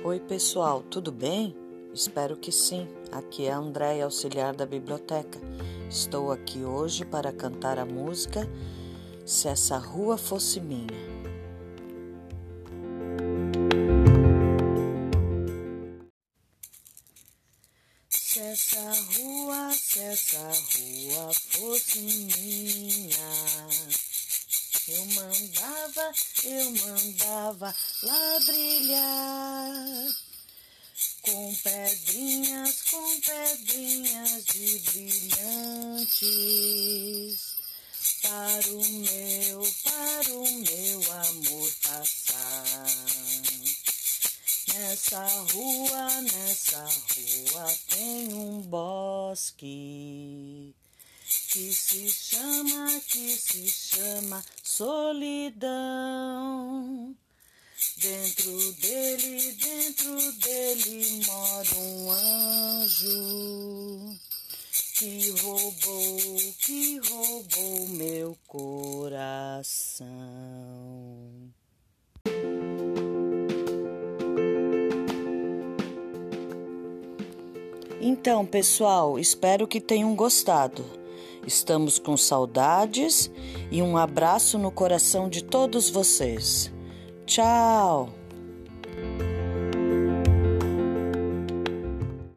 Oi pessoal, tudo bem? Espero que sim. Aqui é a Andréia, auxiliar da biblioteca. Estou aqui hoje para cantar a música Se Essa Rua Fosse Minha. Se essa rua fosse minha, eu mandava ladrilhar com pedrinhas de brilhantes para o meu amor passar. Nessa rua tem um bosque que se chama solidão. Dentro dele mora um anjo que roubou meu coração. Então, pessoal, espero que tenham gostado. Estamos com saudades e um abraço no coração de todos vocês. Tchau!